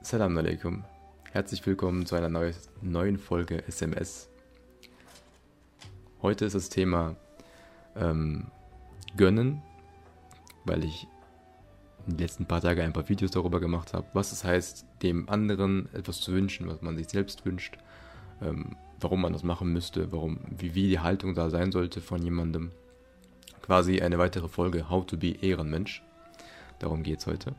Assalamu alaikum. Herzlich willkommen zu einer neuen Folge SMS. Heute ist das Thema Gönnen, weil ich in den letzten paar Tagen ein paar Videos darüber gemacht habe, was es heißt, dem anderen etwas zu wünschen, was man sich selbst wünscht, warum man das machen müsste, wie die Haltung da sein sollte von jemandem. Quasi eine weitere Folge How to be Ehrenmensch. Darum geht es heute.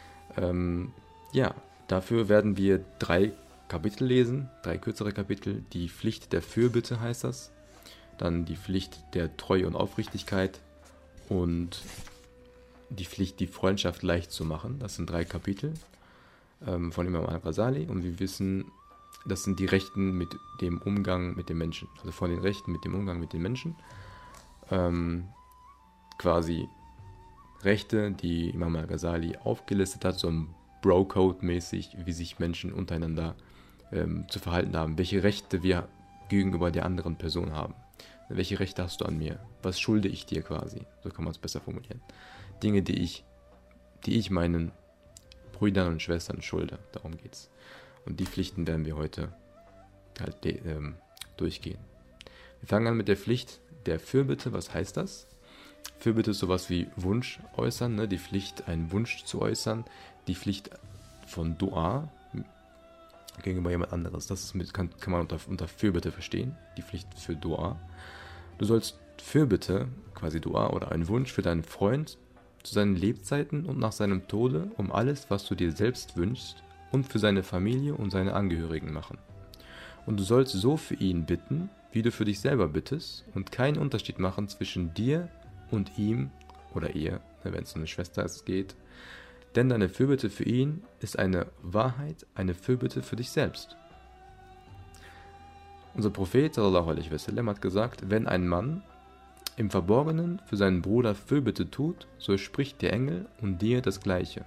Dafür werden wir 3 Kapitel lesen, 3 kürzere Kapitel. Die Pflicht der Fürbitte heißt das. Dann die Pflicht der Treue und Aufrichtigkeit und die Pflicht, die Freundschaft leicht zu machen. Das sind 3 Kapitel von Imam al-Ghazali. Und wir wissen, das sind die Rechten mit dem Umgang mit den Menschen. Also von den Rechten mit dem Umgang mit den Menschen. Quasi Rechte, die Imam al-Ghazali aufgelistet hat, so ein Bro-Code-mäßig, wie sich Menschen untereinander zu verhalten haben. Welche Rechte wir gegenüber der anderen Person haben. Welche Rechte hast du an mir? Was schulde ich dir quasi? So kann man es besser formulieren. Dinge, die ich meinen Brüdern und Schwestern schulde. Darum geht's. Und die Pflichten werden wir heute halt durchgehen. Wir fangen an mit der Pflicht der Fürbitte. Was heißt das? Fürbitte ist sowas wie Wunsch äußern, ne? Die Pflicht, einen Wunsch zu äußern. Die Pflicht von Dua gegenüber jemand anderes. Das kann man unter Fürbitte verstehen. Die Pflicht für Dua. Du sollst Fürbitte, quasi Dua oder einen Wunsch für deinen Freund zu seinen Lebzeiten und nach seinem Tode um alles, was du dir selbst wünschst und für seine Familie und seine Angehörigen machen. Und du sollst so für ihn bitten, wie du für dich selber bittest und keinen Unterschied machen zwischen dir und ihm oder ihr, wenn es um eine Schwester geht. Denn deine Fürbitte für ihn ist eine Wahrheit, eine Fürbitte für dich selbst. Unser Prophet sallallahu alaihi wasallam hat gesagt, wenn ein Mann im Verborgenen für seinen Bruder Fürbitte tut, so spricht der Engel und dir das Gleiche.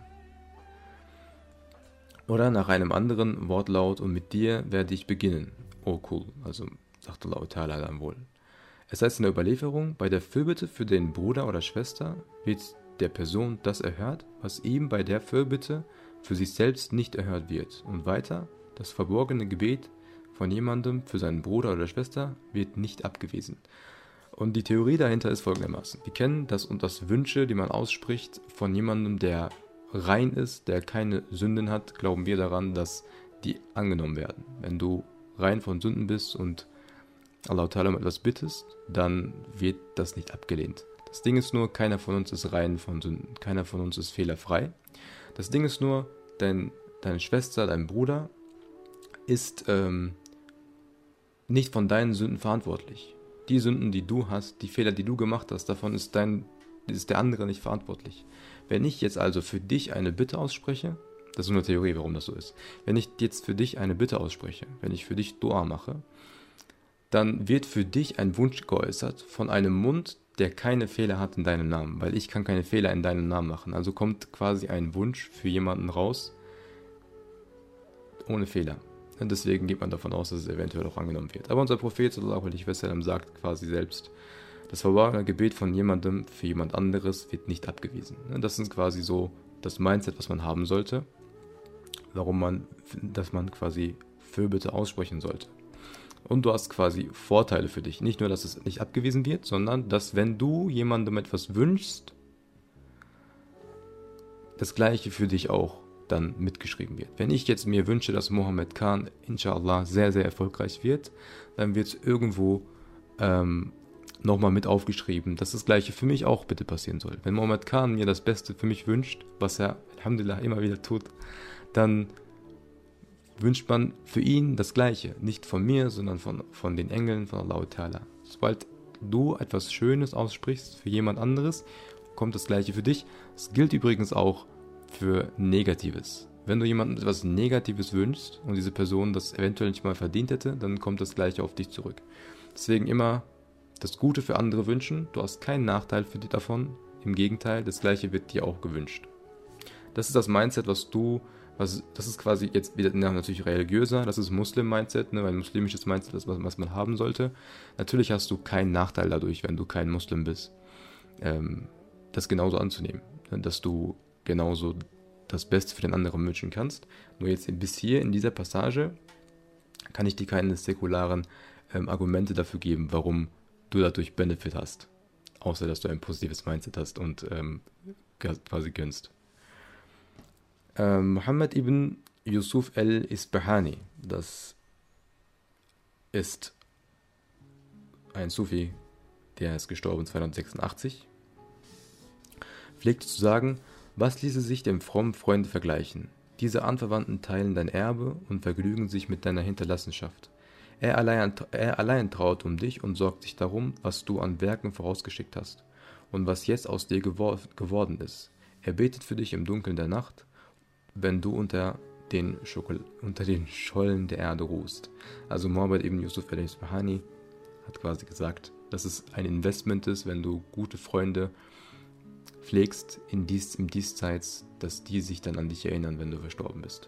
Oder nach einem anderen Wortlaut, und mit dir werde ich beginnen, O Kul, also sagt Allah Ta'ala dann wohl. Es heißt in der Überlieferung, bei der Fürbitte für den Bruder oder Schwester wird der Person das erhört, was ihm bei der Fürbitte für sich selbst nicht erhört wird. Und weiter, das verborgene Gebet von jemandem für seinen Bruder oder Schwester wird nicht abgewiesen. Und die Theorie dahinter ist folgendermaßen. Wir kennen das und das Wünsche, die man ausspricht von jemandem, der rein ist, der keine Sünden hat, glauben wir daran, dass die angenommen werden. Wenn du rein von Sünden bist und Allah Ta'ala um etwas bittest, dann wird das nicht abgelehnt. Das Ding ist nur, keiner von uns ist rein von Sünden. Keiner von uns ist fehlerfrei. Das Ding ist nur, deine Schwester, dein Bruder ist nicht von deinen Sünden verantwortlich. Die Sünden, die du hast, die Fehler, die du gemacht hast, davon ist der andere nicht verantwortlich. Wenn ich jetzt also für dich eine Bitte ausspreche, das ist nur eine Theorie, warum das so ist. Wenn ich jetzt für dich eine Bitte ausspreche, wenn ich für dich Dua mache, dann wird für dich ein Wunsch geäußert von einem Mund, der keine Fehler hat in deinem Namen, weil ich kann keine Fehler in deinem Namen machen. Also kommt quasi ein Wunsch für jemanden raus, ohne Fehler. Und deswegen geht man davon aus, dass es eventuell auch angenommen wird. Aber unser Prophet sallallahu alaihi wasallam sagt quasi selbst, das verborgene Gebet von jemandem für jemand anderes wird nicht abgewiesen. Das ist quasi so das Mindset, was man haben sollte, dass man quasi Fürbitte aussprechen sollte. Und du hast quasi Vorteile für dich. Nicht nur, dass es nicht abgewiesen wird, sondern dass, wenn du jemandem etwas wünschst, das Gleiche für dich auch dann mitgeschrieben wird. Wenn ich jetzt mir wünsche, dass Mohammed Khan, inshallah, sehr, sehr erfolgreich wird, dann wird es irgendwo nochmal mit aufgeschrieben, dass das Gleiche für mich auch bitte passieren soll. Wenn Mohammed Khan mir das Beste für mich wünscht, was er, alhamdulillah, immer wieder tut, dann wünscht man für ihn das Gleiche. Nicht von mir, sondern von den Engeln, von Allah Ta'ala. Sobald du etwas Schönes aussprichst für jemand anderes, kommt das Gleiche für dich. Das gilt übrigens auch für Negatives. Wenn du jemandem etwas Negatives wünschst und diese Person das eventuell nicht mal verdient hätte, dann kommt das Gleiche auf dich zurück. Deswegen immer das Gute für andere wünschen. Du hast keinen Nachteil für dich davon. Im Gegenteil, das Gleiche wird dir auch gewünscht. Das ist das Mindset, das ist quasi jetzt wieder natürlich religiöser, das ist Muslim-Mindset, ein muslimisches Mindset, was man haben sollte. Natürlich hast du keinen Nachteil dadurch, wenn du kein Muslim bist, das genauso anzunehmen, dass du genauso das Beste für den anderen wünschen kannst. Nur jetzt bis hier in dieser Passage kann ich dir keine säkularen Argumente dafür geben, warum du dadurch Benefit hast. Außer, dass du ein positives Mindset hast und quasi gönnst. Muhammad ibn Yusuf al-Isbahani, das ist ein Sufi, der ist gestorben 286, pflegte zu sagen: Was ließe sich dem frommen Freunde vergleichen? Diese Anverwandten teilen dein Erbe und vergnügen sich mit deiner Hinterlassenschaft. Er allein trauert um dich und sorgt sich darum, was du an Werken vorausgeschickt hast und was jetzt aus dir geworden ist. Er betet für dich im Dunkeln der Nacht, wenn du unter den Schollen der Erde ruhst. Also Muhammad ibn Yusuf al-Isbahani hat quasi gesagt, dass es ein Investment ist, wenn du gute Freunde pflegst im Diesseits, dass die sich dann an dich erinnern, wenn du verstorben bist.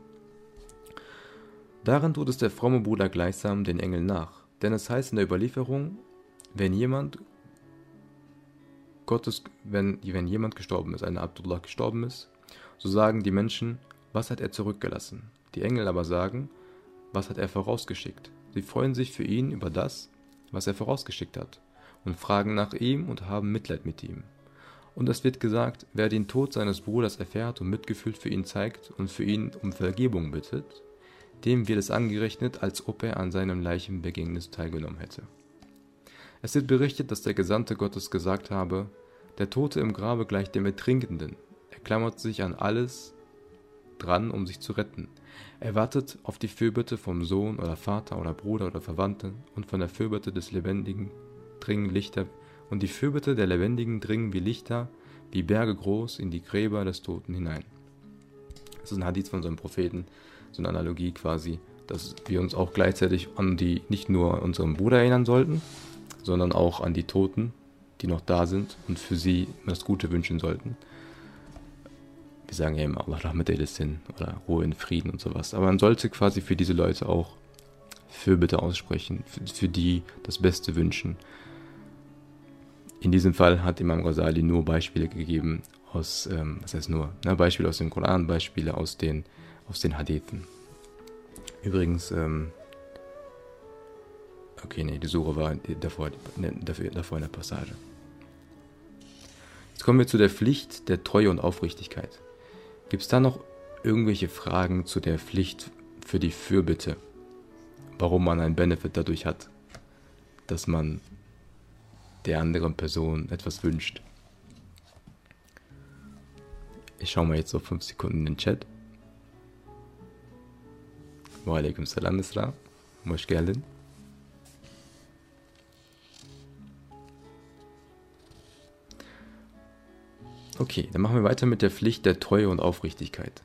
Darin tut es der fromme Bruder gleichsam den Engeln nach, denn es heißt in der Überlieferung, wenn jemand gestorben ist, ein Abdullah gestorben ist, so sagen die Menschen: Was hat er zurückgelassen? Die Engel aber sagen: Was hat er vorausgeschickt? Sie freuen sich für ihn über das, was er vorausgeschickt hat, und fragen nach ihm und haben Mitleid mit ihm. Und es wird gesagt, wer den Tod seines Bruders erfährt und Mitgefühl für ihn zeigt und für ihn um Vergebung bittet, dem wird es angerechnet, als ob er an seinem Leichenbegängnis teilgenommen hätte. Es wird berichtet, dass der Gesandte Gottes gesagt habe: Der Tote im Grabe gleicht dem Ertrinkenden. Er klammert sich an alles dran, um sich zu retten. Er wartet auf die Fürbitte vom Sohn oder Vater oder Bruder oder Verwandten, und von der Fürbitte des Lebendigen dringen Lichter, und die Fürbitte der Lebendigen dringen wie Lichter, wie Berge groß in die Gräber des Toten hinein. Das ist ein Hadith von so einem Propheten, so eine Analogie quasi, dass wir uns auch gleichzeitig an nicht nur unseren Bruder erinnern sollten, sondern auch an die Toten, die noch da sind, und für sie das Gute wünschen sollten. Wir sagen ja immer Allah Rahmat al-Sin oder Ruhe in Frieden und sowas. Aber man sollte quasi für diese Leute auch Fürbitte aussprechen, für die das Beste wünschen. In diesem Fall hat Imam Ghazali nur Beispiele gegeben aus, Beispiele aus dem Koran, Beispiele aus den Hadithen. Übrigens, die Sure war davor in der Passage. Jetzt kommen wir zu der Pflicht der Treue und Aufrichtigkeit. Gibt es da noch irgendwelche Fragen zu der Pflicht für die Fürbitte? Warum man einen Benefit dadurch hat, dass man der anderen Person etwas wünscht? Ich schaue mal jetzt auf 5 Sekunden in den Chat. Wa alaikum salam Isra. Mosh geldin. Okay, dann machen wir weiter mit der Pflicht der Treue und Aufrichtigkeit.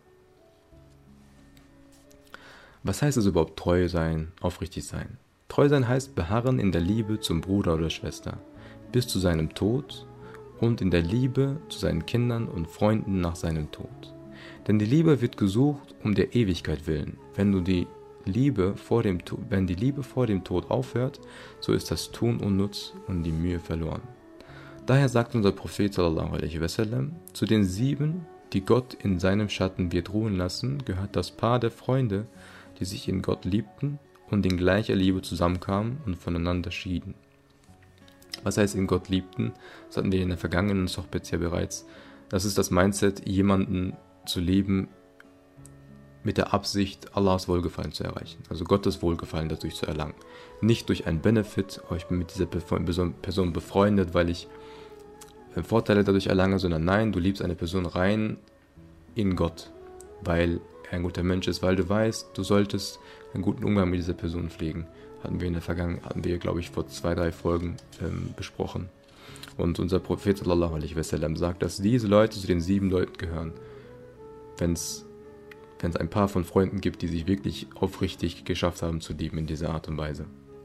Was heißt es überhaupt, treu sein, aufrichtig sein? Treu sein heißt beharren in der Liebe zum Bruder oder Schwester, bis zu seinem Tod, und in der Liebe zu seinen Kindern und Freunden nach seinem Tod. Denn die Liebe wird gesucht um der Ewigkeit willen. Wenn die Liebe vor dem Tod aufhört, so ist das Tun unnütz und die Mühe verloren. Daher sagt unser Prophet sallallahu alaihi wasallam: Zu den 7, die Gott in seinem Schatten wird ruhen lassen, gehört das Paar der Freunde, die sich in Gott liebten und in gleicher Liebe zusammenkamen und voneinander schieden. Was heißt in Gott liebten? Das hatten wir in der vergangenen Sohbet ja bereits. Das ist das Mindset, jemanden zu lieben mit der Absicht, Allahs Wohlgefallen zu erreichen. Also Gottes Wohlgefallen dadurch zu erlangen. Nicht durch einen Benefit, ich bin mit dieser Person befreundet, weil ich Vorteile dadurch erlange, sondern nein, du liebst eine Person rein in Gott, weil er ein guter Mensch ist, weil du weißt, du solltest einen guten Umgang mit dieser Person pflegen. Hatten wir, glaube ich, vor 2-3 Folgen besprochen. Und unser Prophet sallallahu alaihi wasallam sagt, dass diese Leute zu den 7 Leuten gehören. Wenn es ein paar von Freunden gibt, die sich wirklich aufrichtig geschafft haben zu lieben in dieser Art und Weise.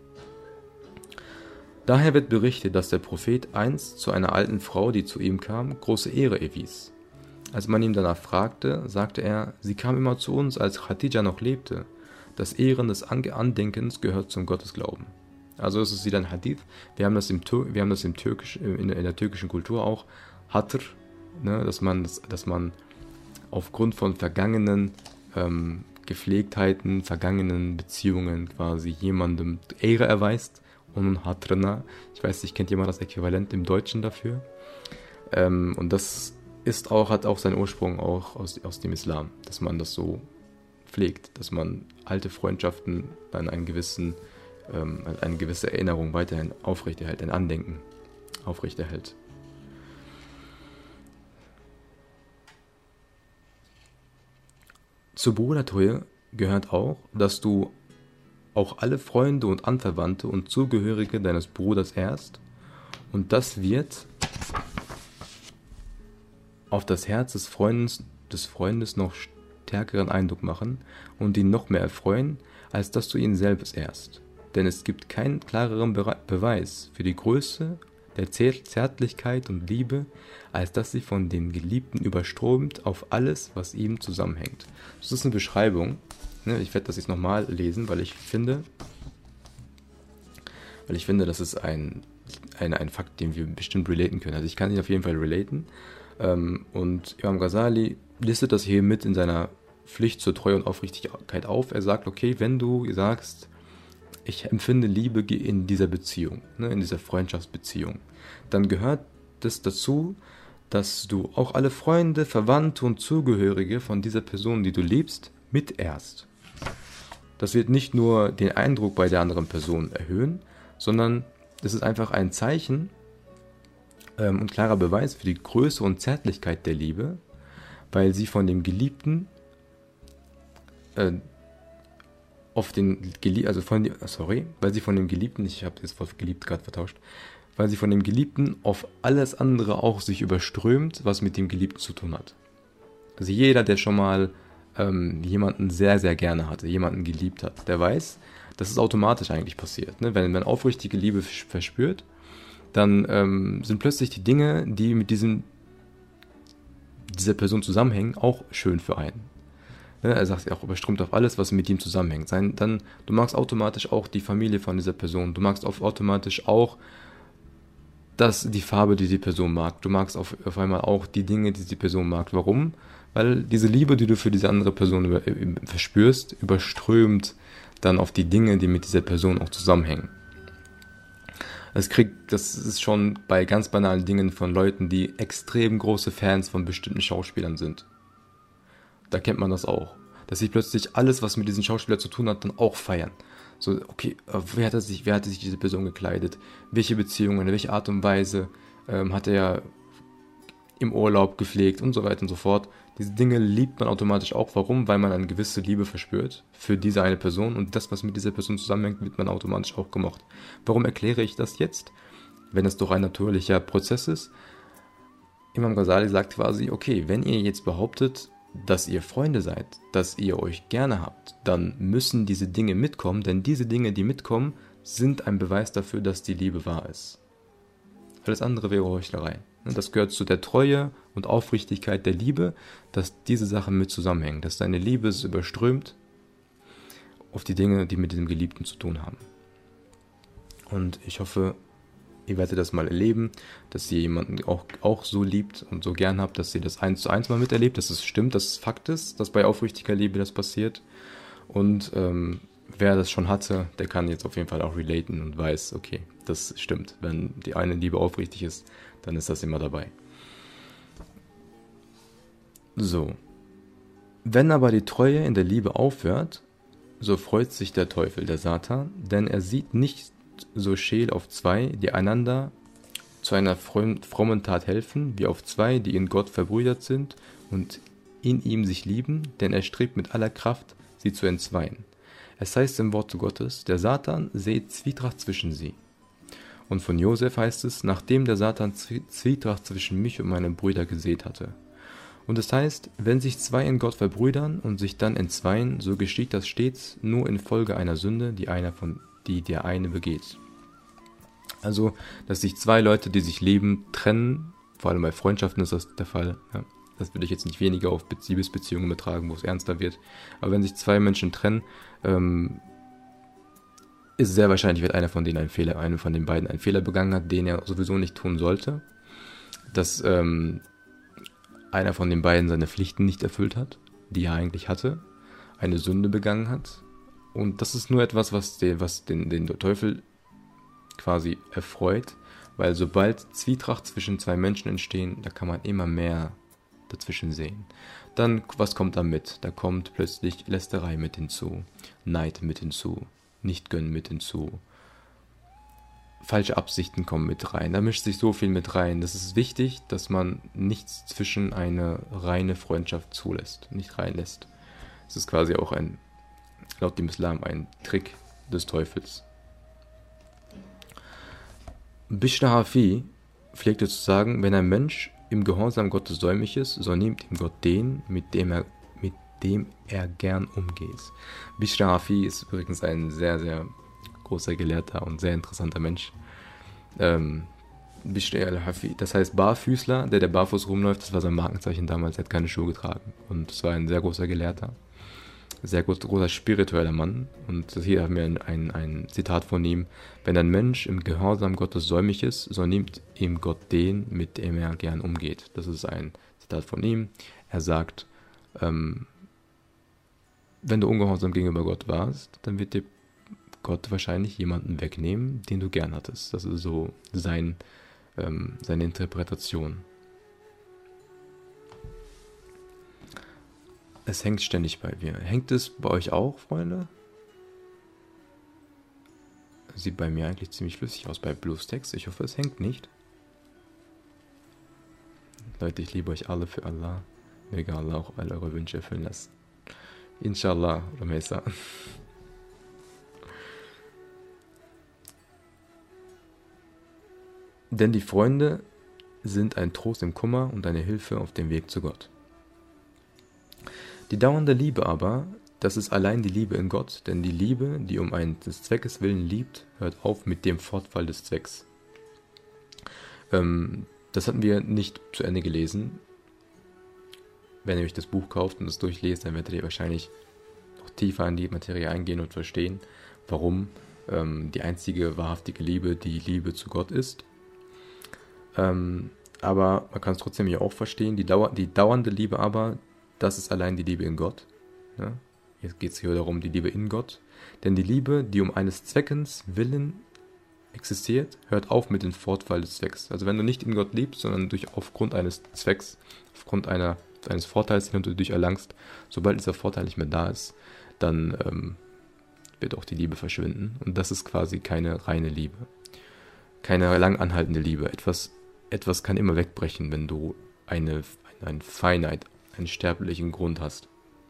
Daher wird berichtet, dass der Prophet einst zu einer alten Frau, die zu ihm kam, große Ehre erwies. Als man ihn danach fragte, sagte er: Sie kam immer zu uns, als Khadija noch lebte. Das Ehren des Andenkens gehört zum Gottesglauben. Also es ist wieder ein Hadith. Wir haben das in der türkischen Kultur auch, Hatr, ne, dass man aufgrund von vergangenen Gepflegtheiten, vergangenen Beziehungen quasi jemandem Ehre erweist. Und Hatrana, ich weiß nicht, kennt jemand das Äquivalent im Deutschen dafür? Und das hat auch seinen Ursprung auch aus dem Islam, dass man das so pflegt, dass man alte Freundschaften an eine gewisse Erinnerung weiterhin aufrechterhält, ein Andenken aufrechterhält. Zur Brudertreue gehört auch, dass du auch alle Freunde und Anverwandte und Zugehörige deines Bruders ehrst, und das wird auf das Herz des Freundes noch stärkeren Eindruck machen und ihn noch mehr erfreuen, als dass du ihn selbst ehrst. Denn es gibt keinen klareren Beweis für die Größe der Zärtlichkeit und Liebe, als dass sie von dem Geliebten überströmt auf alles, was ihm zusammenhängt. Das ist eine Beschreibung. Ich werde das jetzt nochmal lesen, weil ich finde, das ist ein Fakt, den wir bestimmt relaten können. Also ich kann ihn auf jeden Fall relaten. Und Imam Ghazali listet das hier mit in seiner Pflicht zur Treue und Aufrichtigkeit auf. Er sagt, okay, wenn du sagst, ich empfinde Liebe in dieser Beziehung, in dieser Freundschaftsbeziehung, dann gehört das dazu, dass du auch alle Freunde, Verwandte und Zugehörige von dieser Person, die du liebst, mitehrst. Das wird nicht nur den Eindruck bei der anderen Person erhöhen, sondern es ist einfach ein Zeichen und klarer Beweis für die Größe und Zärtlichkeit der Liebe, weil sie von dem Geliebten weil sie von dem Geliebten, ich habe das Wort geliebt gerade vertauscht, weil sie von dem Geliebten auf alles andere auch sich überströmt, was mit dem Geliebten zu tun hat. Also jeder, der schon mal jemanden sehr, sehr gerne hatte, jemanden geliebt hat, der weiß, dass es automatisch eigentlich passiert. Ne? Wenn man aufrichtige Liebe verspürt, dann sind plötzlich die Dinge, die mit dieser Person zusammenhängen, auch schön für einen. Ne? Er sagt ja auch, überströmt auf alles, was mit ihm zusammenhängt. Du magst automatisch auch die Familie von dieser Person. Du magst automatisch auch die Farbe, die Person mag. Du magst auf einmal auch die Dinge, die Person mag. Warum? Weil diese Liebe, die du für diese andere Person verspürst, überströmt dann auf die Dinge, die mit dieser Person auch zusammenhängen. Das ist schon bei ganz banalen Dingen von Leuten, die extrem große Fans von bestimmten Schauspielern sind. Da kennt man das auch. Dass sie plötzlich alles, was mit diesen Schauspielern zu tun hat, dann auch feiern. So, okay, wie hatte sich diese Person gekleidet? Welche Beziehungen, welche Art und Weise hat er im Urlaub gepflegt und so weiter und so fort. Diese Dinge liebt man automatisch auch. Warum? Weil man eine gewisse Liebe verspürt für diese eine Person, und das, was mit dieser Person zusammenhängt, wird man automatisch auch gemocht. Warum erkläre ich das jetzt? Wenn es doch ein natürlicher Prozess ist. Imam Ghazali sagt quasi, okay, wenn ihr jetzt behauptet, dass ihr Freunde seid, dass ihr euch gerne habt, dann müssen diese Dinge mitkommen, denn diese Dinge, die mitkommen, sind ein Beweis dafür, dass die Liebe wahr ist. Alles andere wäre Heuchlerei. Das gehört zu der Treue und Aufrichtigkeit der Liebe, dass diese Sachen mit zusammenhängen, dass deine Liebe es überströmt auf die Dinge, die mit dem Geliebten zu tun haben. Und ich hoffe, ihr werdet das mal erleben, dass ihr jemanden auch so liebt und so gern habt, dass ihr das 1:1 mal miterlebt, dass es stimmt, dass es Fakt ist, dass bei aufrichtiger Liebe das passiert. Und wer das schon hatte, der kann jetzt auf jeden Fall auch relaten und weiß, okay, das stimmt. Wenn die eine Liebe aufrichtig ist, dann ist das immer dabei. So. Wenn aber die Treue in der Liebe aufhört, so freut sich der Teufel, der Satan, denn er sieht nicht so scheel auf zwei, die einander zu einer frommen Tat helfen, wie auf zwei, die in Gott verbrüdert sind und in ihm sich lieben, denn er strebt mit aller Kraft, sie zu entzweien. Es heißt im Wort Gottes, der Satan säet Zwietracht zwischen sie. Und von Josef heißt es, nachdem der Satan Zwietracht zwischen mich und meine Brüder gesät hatte. Und es heißt, wenn sich zwei in Gott verbrüdern und sich dann entzweien, so geschieht das stets nur infolge einer Sünde, die der eine begeht. Also, dass sich zwei Leute, die sich lieben, trennen, vor allem bei Freundschaften ist das der Fall. Ja. Das würde ich jetzt nicht weniger auf Liebesbeziehungen übertragen, wo es ernster wird. Aber wenn sich zwei Menschen trennen, ist sehr wahrscheinlich, wird einer von den beiden einen Fehler begangen hat, den er sowieso nicht tun sollte. Das einer von den beiden seine Pflichten nicht erfüllt hat, die er eigentlich hatte, eine Sünde begangen hat. Und das ist nur etwas, was den Teufel quasi erfreut, weil sobald Zwietracht zwischen zwei Menschen entstehen, da kann man immer mehr dazwischen sehen. Dann, was kommt da mit? Da kommt plötzlich Lästerei mit hinzu, Neid mit hinzu, Nichtgönnen mit hinzu, falsche Absichten kommen mit rein. Da mischt sich so viel mit rein. Das ist wichtig, dass man nichts zwischen eine reine Freundschaft zulässt, nicht reinlässt. Das ist quasi auch laut dem Islam ein Trick des Teufels. Bishr Hafi pflegte zu sagen, wenn ein Mensch im Gehorsam Gottes säumig ist, so nimmt ihm Gott den, mit dem er gern umgeht. Bishr Hafi ist übrigens ein sehr, sehr großer Gelehrter und sehr interessanter Mensch. Bishr al-Hafi, das heißt Barfüßler, der barfuß rumläuft, das war sein Markenzeichen damals, er hat keine Schuhe getragen. Und es war ein sehr großer Gelehrter, sehr großer spiritueller Mann. Und hier haben wir ein Zitat von ihm: Wenn ein Mensch im Gehorsam Gottes säumig ist, so nimmt ihm Gott den, mit dem er gern umgeht. Das ist ein Zitat von ihm. Er sagt, wenn du ungehorsam gegenüber Gott warst, dann wird dir Gott wahrscheinlich jemanden wegnehmen, den du gern hattest. Das ist so seine Interpretation. Es hängt ständig bei mir. Hängt es bei euch auch, Freunde? Sieht bei mir eigentlich ziemlich flüssig aus bei BlueStacks. Ich hoffe, es hängt nicht. Leute, ich liebe euch alle für Allah. Möge Allah auch all eure Wünsche erfüllen lassen. Inshallah, Ramesa. Denn die Freunde sind ein Trost im Kummer und eine Hilfe auf dem Weg zu Gott. Die dauernde Liebe aber, das ist allein die Liebe in Gott, denn die Liebe, die um des Zweckes willen liebt, hört auf mit dem Fortfall des Zwecks. Das hatten wir nicht zu Ende gelesen. Wenn ihr euch das Buch kauft und es durchlest, dann werdet ihr wahrscheinlich noch tiefer in die Materie eingehen und verstehen, warum die einzige wahrhaftige Liebe die Liebe zu Gott ist. Aber man kann es trotzdem hier auch verstehen, die dauernde Liebe aber, das ist allein die Liebe in Gott. Ja? Jetzt geht es hier darum, die Liebe in Gott. Denn die Liebe, die um eines Zweckens willen existiert, hört auf mit dem Fortfall des Zwecks. Also wenn du nicht in Gott liebst, sondern aufgrund eines Zwecks, aufgrund eines Vorteils, den du dadurch erlangst, sobald dieser Vorteil nicht mehr da ist, dann wird auch die Liebe verschwinden. Und das ist quasi keine reine Liebe. Keine lang anhaltende Liebe. Etwas kann immer wegbrechen, wenn du eine Feinheit, einen sterblichen Grund hast.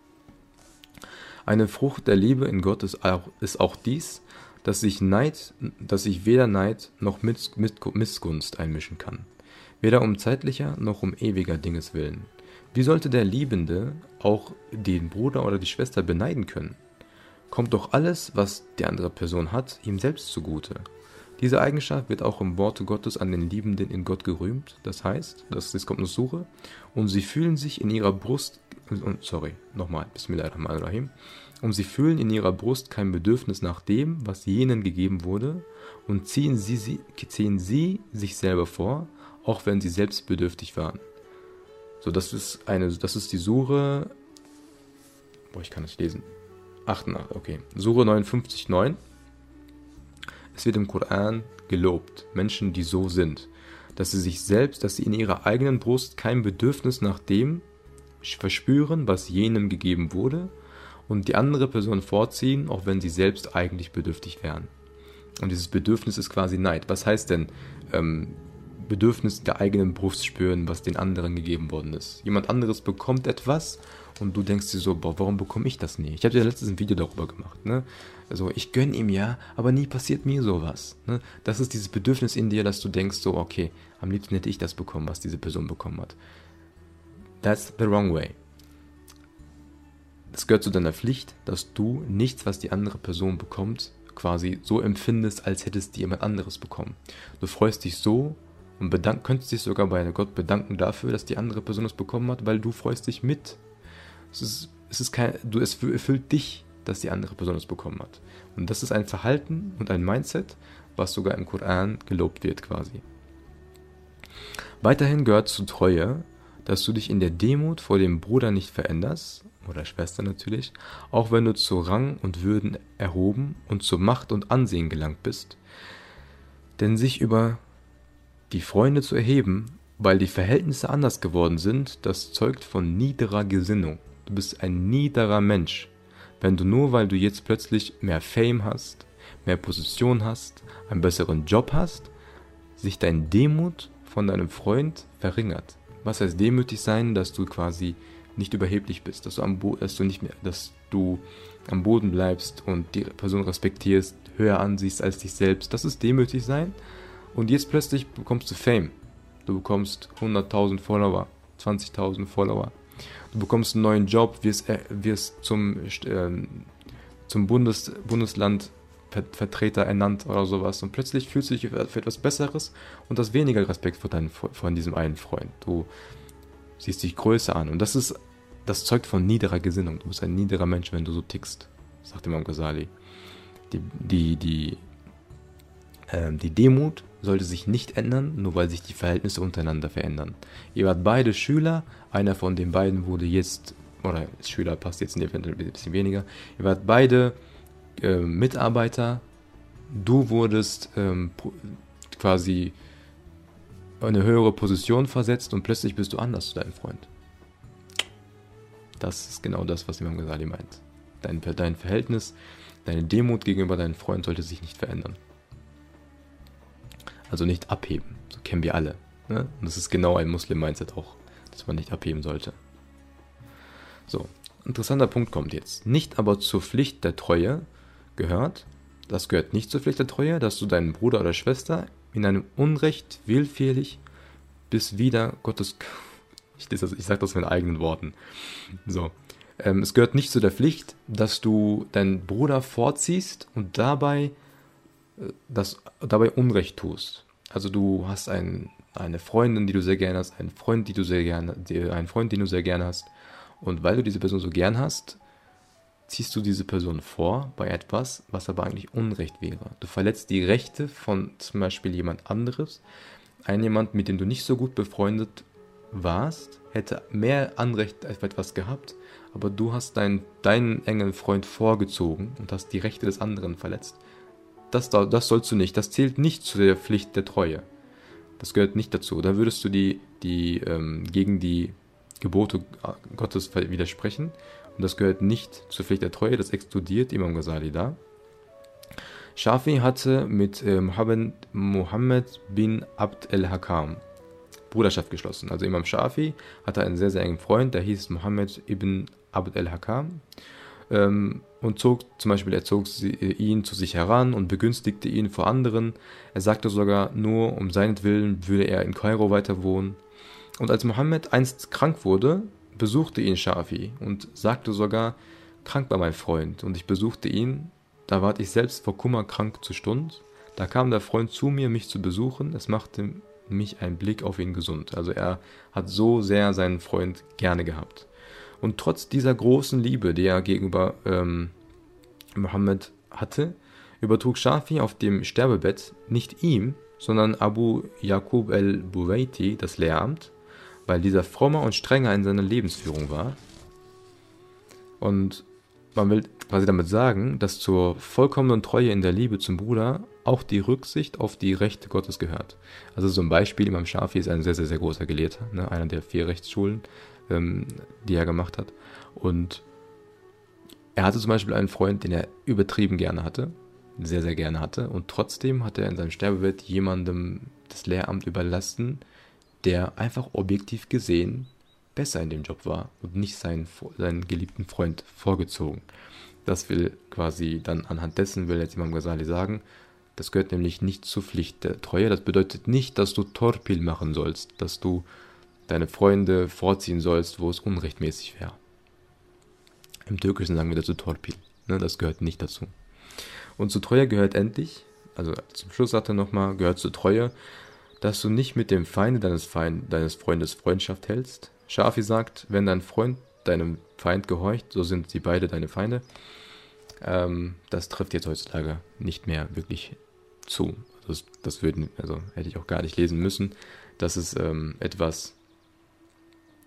Eine Frucht der Liebe in Gott ist auch dies, dass sich weder Neid noch Missgunst einmischen kann, weder um zeitlicher noch um ewiger Dinges willen. Wie sollte der Liebende auch den Bruder oder die Schwester beneiden können? Kommt doch alles, was die andere Person hat, ihm selbst zugute. Diese Eigenschaft wird auch im Worte Gottes an den Liebenden in Gott gerühmt. Das heißt, das kommt eine Sure, und sie fühlen sich in ihrer Brust, Bismillahirrahmanirrahim, und sie fühlen in ihrer Brust kein Bedürfnis nach dem, was jenen gegeben wurde, und ziehen sie sich selber vor, auch wenn sie selbst bedürftig waren. So, das ist die Sure, ich kann es lesen, 88, okay, Sure 59,9. Es wird im Koran gelobt, Menschen, die so sind, dass sie in ihrer eigenen Brust kein Bedürfnis nach dem verspüren, was jenem gegeben wurde, und die andere Person vorziehen, auch wenn sie selbst eigentlich bedürftig wären. Und dieses Bedürfnis ist quasi Neid. Was heißt denn Bedürfnis der eigenen Brust spüren, was den anderen gegeben worden ist? Jemand anderes bekommt etwas und du denkst dir so, warum bekomme ich das nie? Ich habe dir letztens ein Video darüber gemacht, ne? Also ich gönne ihm ja, aber nie passiert mir sowas, ne? Das ist dieses Bedürfnis in dir, dass du denkst so, okay, am liebsten hätte ich das bekommen, was diese Person bekommen hat. That's the wrong way. Es gehört zu deiner Pflicht, dass du nichts, was die andere Person bekommt, quasi so empfindest, als hättest du jemand anderes bekommen. Du freust dich so und könntest dich sogar bei Gott bedanken dafür, dass die andere Person es bekommen hat, weil du freust dich mit. Es erfüllt dich, dass die andere Person es bekommen hat. Und das ist ein Verhalten und ein Mindset, was sogar im Koran gelobt wird quasi. Weiterhin gehört zur Treue, dass du dich in der Demut vor dem Bruder nicht veränderst, oder Schwester natürlich, auch wenn du zu Rang und Würden erhoben und zu Macht und Ansehen gelangt bist. Denn sich über die Freunde zu erheben, weil die Verhältnisse anders geworden sind, das zeugt von niederer Gesinnung. Du bist ein niederer Mensch. Wenn du nur, weil du jetzt plötzlich mehr Fame hast, mehr Position hast, einen besseren Job hast, sich dein Demut von deinem Freund verringert. Was heißt demütig sein? Dass du quasi nicht überheblich bist, dass du am Boden bleibst und die Person respektierst, höher ansiehst als dich selbst. Das ist demütig sein. Und jetzt plötzlich bekommst du Fame. Du bekommst 100.000 Follower, 20.000 Follower. Du bekommst einen neuen Job, wirst zum Bundeslandvertreter ernannt oder sowas. Und plötzlich fühlst du dich für etwas Besseres und hast weniger Respekt vor diesem einen Freund. Du siehst dich größer an. Und das zeugt von niederer Gesinnung. Du bist ein niederer Mensch, wenn du so tickst, sagt Imam Ghazali. Die Demut sollte sich nicht ändern, nur weil sich die Verhältnisse untereinander verändern. Ihr wart beide Schüler, einer von den beiden wurde jetzt, oder Schüler passt jetzt in dem Fall ein bisschen weniger, ihr wart beide Mitarbeiter, du wurdest quasi eine höhere Position versetzt und plötzlich bist du anders zu deinem Freund. Das ist genau das, was Imam Ghazali meint. Dein Verhältnis, deine Demut gegenüber deinem Freund sollte sich nicht verändern. Also nicht abheben, so kennen wir alle. Ne? Und das ist genau ein Muslim-Mindset auch, dass man nicht abheben sollte. So, interessanter Punkt kommt jetzt. Nicht aber zur Pflicht der Treue das gehört nicht zur Pflicht der Treue, dass du deinen Bruder oder Schwester in einem Unrecht willfährig bis wieder Gottes... Ich sage das mit eigenen Worten. So, es gehört nicht zu der Pflicht, dass du deinen Bruder vorziehst und dabei Unrecht tust. Also du hast eine Freundin, die du sehr gerne hast, einen Freund, den du sehr gerne hast. Und weil du diese Person so gern hast, ziehst du diese Person vor bei etwas, was aber eigentlich Unrecht wäre. Du verletzt die Rechte von zum Beispiel jemand anderes. Jemand, mit dem du nicht so gut befreundet warst, hätte mehr Anrecht auf etwas gehabt, aber du hast deinen engen Freund vorgezogen und hast die Rechte des anderen verletzt. Das sollst du nicht. Das zählt nicht zu der Pflicht der Treue. Das gehört nicht dazu. Da würdest du gegen die Gebote Gottes widersprechen. Und das gehört nicht zur Pflicht der Treue. Das exkludiert Imam Ghazali da. Shafi hatte mit Muhammad bin Abd al-Hakam Bruderschaft geschlossen. Also Imam Shafi hatte einen sehr, sehr engen Freund, der hieß Muhammad ibn Abd al-Hakam. Und er zog ihn zu sich heran und begünstigte ihn vor anderen. Er sagte sogar, nur um seinetwillen würde er in Kairo weiter wohnen. Und als Mohammed einst krank wurde, besuchte ihn Shafi und sagte sogar, krank war mein Freund und ich besuchte ihn, da ward ich selbst vor Kummer krank zur Stund. Da kam der Freund zu mir, mich zu besuchen, es machte mich ein Blick auf ihn gesund. Also er hat so sehr seinen Freund gerne gehabt. Und trotz dieser großen Liebe, die er gegenüber Mohammed hatte, übertrug Shafi auf dem Sterbebett nicht ihm, sondern Abu Yaqub al-Buwaiti das Lehramt, weil dieser frommer und strenger in seiner Lebensführung war. Und man will quasi damit sagen, dass zur vollkommenen Treue in der Liebe zum Bruder auch die Rücksicht auf die Rechte Gottes gehört. Also so ein Beispiel, Imam Shafi ist ein sehr, sehr, sehr großer Gelehrter, ne? Einer der 4 Rechtsschulen, die er gemacht hat. Und er hatte zum Beispiel einen Freund, den er übertrieben gerne hatte, sehr, sehr gerne hatte. Und trotzdem hat er in seinem Sterbebett jemandem das Lehramt überlassen, der einfach objektiv gesehen besser in dem Job war und nicht seinen geliebten Freund vorgezogen. Das will quasi dann anhand dessen, will jetzt Imam Ghazali sagen, das gehört nämlich nicht zur Pflicht der Treue. Das bedeutet nicht, dass du Torpil machen sollst, dass du deine Freunde vorziehen sollst, wo es unrechtmäßig wäre. Im Türkischen sagen wir dazu Torpil. Ne? Das gehört nicht dazu. Und zur Treue gehört endlich, also zum Schluss sagt er nochmal, gehört zur Treue, dass du nicht mit dem Feinde deines Freundes Freundschaft hältst. Shafi sagt, wenn dein Freund deinem Feind gehorcht, so sind sie beide deine Feinde. Das trifft jetzt heutzutage nicht mehr wirklich zu. Also hätte ich auch gar nicht lesen müssen. Das ist etwas,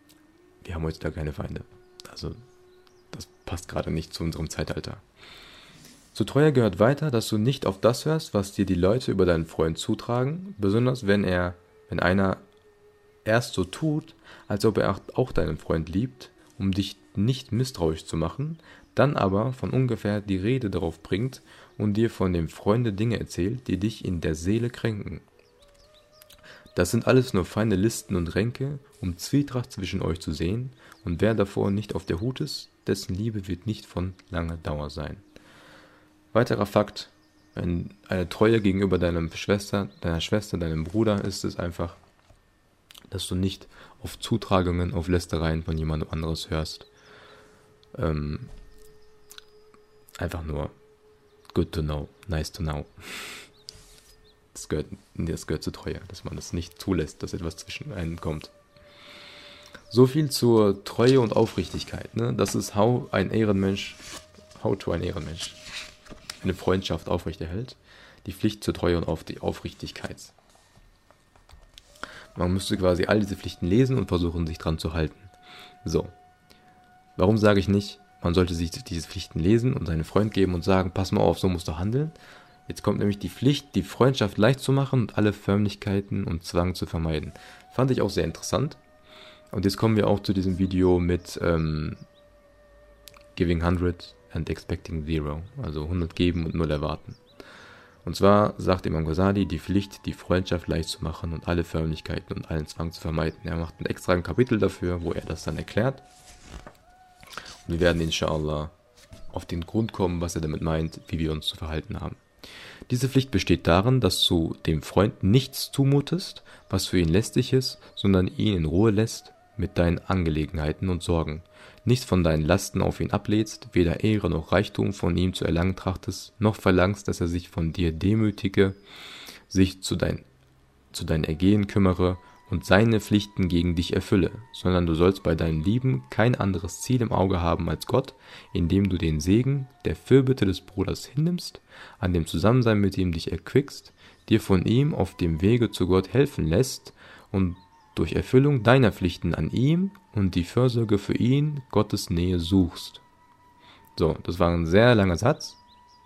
wir haben heutzutage keine Feinde. Also, das passt gerade nicht zu unserem Zeitalter. Zur Treue gehört weiter, dass du nicht auf das hörst, was dir die Leute über deinen Freund zutragen, besonders wenn einer erst so tut, als ob er auch deinen Freund liebt, um dich nicht misstrauisch zu machen, dann aber von ungefähr die Rede darauf bringt und dir von dem Freunde Dinge erzählt, die dich in der Seele kränken. Das sind alles nur feine Listen und Ränke, um Zwietracht zwischen euch zu sehen, und wer davor nicht auf der Hut ist, dessen Liebe wird nicht von langer Dauer sein. Weiterer Fakt, eine Treue gegenüber deiner Schwester, deinem Bruder ist es einfach, dass du nicht auf Zutragungen, auf Lästereien von jemandem anderes hörst. Einfach nur good to know, nice to know. Das gehört zur Treue, dass man das nicht zulässt, dass etwas zwischen einen kommt. So viel zur Treue und Aufrichtigkeit. Ne? Das ist, how ein Ehrenmensch eine Freundschaft aufrechterhält. Die Pflicht zur Treue und auf die Aufrichtigkeit. Man müsste quasi all diese Pflichten lesen und versuchen, sich dran zu halten. So. Warum sage ich nicht, man sollte sich diese Pflichten lesen und seinen Freund geben und sagen, pass mal auf, so musst du handeln. Jetzt kommt nämlich die Pflicht, die Freundschaft leicht zu machen und alle Förmlichkeiten und Zwang zu vermeiden. Fand ich auch sehr interessant. Und jetzt kommen wir auch zu diesem Video mit Giving 100 and Expecting 0. Also 100 geben und 0 erwarten. Und zwar sagt Imam Ghazali, die Pflicht, die Freundschaft leicht zu machen und alle Förmlichkeiten und allen Zwang zu vermeiden. Er macht ein Kapitel dafür, wo er das dann erklärt. Und wir werden inshallah auf den Grund kommen, was er damit meint, wie wir uns zu verhalten haben. Diese Pflicht besteht darin, dass du dem Freund nichts zumutest, was für ihn lästig ist, sondern ihn in Ruhe lässt mit deinen Angelegenheiten und Sorgen, nichts von deinen Lasten auf ihn ablädst, weder Ehre noch Reichtum von ihm zu erlangen trachtest, noch verlangst, dass er sich von dir demütige, sich zu deinen Ergehen kümmere und seine Pflichten gegen dich erfülle, sondern du sollst bei deinem Lieben kein anderes Ziel im Auge haben als Gott, indem du den Segen der Fürbitte des Bruders hinnimmst, an dem Zusammensein mit ihm dich erquickst, dir von ihm auf dem Wege zu Gott helfen lässt und durch Erfüllung deiner Pflichten an ihm und die Fürsorge für ihn Gottes Nähe suchst. So, das war ein sehr langer Satz.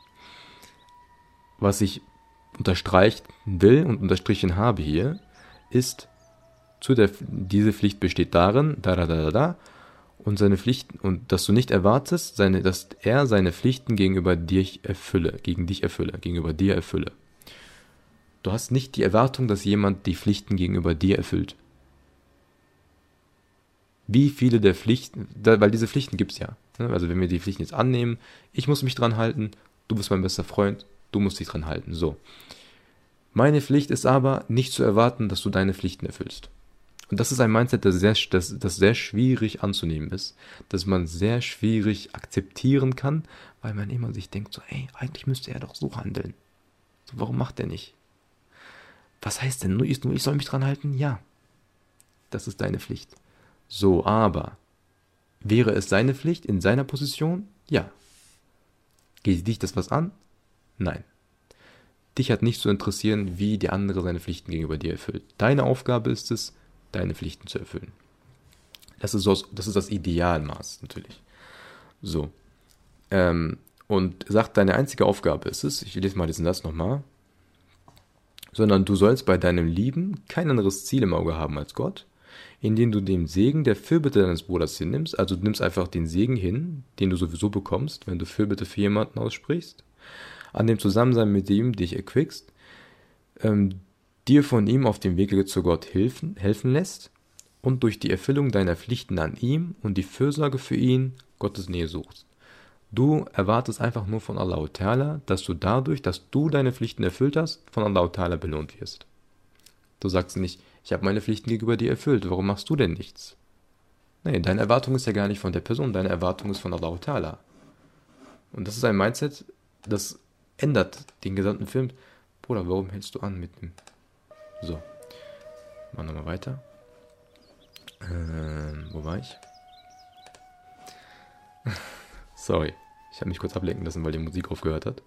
Was ich unterstreichen will und unterstrichen habe hier, ist, diese Pflicht besteht darin, und seine Pflichten, und dass du nicht erwartest, dass er seine Pflichten gegenüber dir erfülle. Du hast nicht die Erwartung, dass jemand die Pflichten gegenüber dir erfüllt. Wie viele der Pflichten, weil diese Pflichten gibt es ja. Also wenn wir die Pflichten jetzt annehmen, ich muss mich dran halten, du bist mein bester Freund, du musst dich dran halten. So. Meine Pflicht ist aber, nicht zu erwarten, dass du deine Pflichten erfüllst. Und das ist ein Mindset, das sehr schwierig anzunehmen ist, dass man sehr schwierig akzeptieren kann, weil man immer sich denkt so, ey, eigentlich müsste er doch so handeln. So, warum macht er nicht? Was heißt denn, nur ich soll mich dran halten? Ja, das ist deine Pflicht. So, aber wäre es seine Pflicht in seiner Position? Ja. Geht dich das was an? Nein. Dich hat nicht zu interessieren, wie der andere seine Pflichten gegenüber dir erfüllt. Deine Aufgabe ist es, deine Pflichten zu erfüllen. Das ist das Idealmaß natürlich. So. Und sagt, deine einzige Aufgabe ist es, ich lese mal diesen Satz nochmal, sondern du sollst bei deinem Lieben kein anderes Ziel im Auge haben als Gott, indem du den Segen der Fürbitte deines Bruders hinnimmst, also du nimmst einfach den Segen hin, den du sowieso bekommst, wenn du Fürbitte für jemanden aussprichst, an dem Zusammensein mit ihm dich erquickst, dir von ihm auf dem Wege zu Gott helfen lässt und durch die Erfüllung deiner Pflichten an ihm und die Fürsorge für ihn Gottes Nähe suchst. Du erwartest einfach nur von Allah Ta'ala, dass du dadurch, dass du deine Pflichten erfüllt hast, von Allah Ta'ala belohnt wirst. Du sagst nicht, ich habe meine Pflichten gegenüber dir erfüllt, warum machst du denn nichts? Nee, deine Erwartung ist ja gar nicht von der Person, deine Erwartung ist von Allah Ta'ala. Und das ist ein Mindset, das ändert den gesamten Film. Bruder, warum hältst du an mit dem... So, machen wir mal weiter. Wo war ich? Sorry, ich habe mich kurz ablenken lassen, weil die Musik aufgehört hat.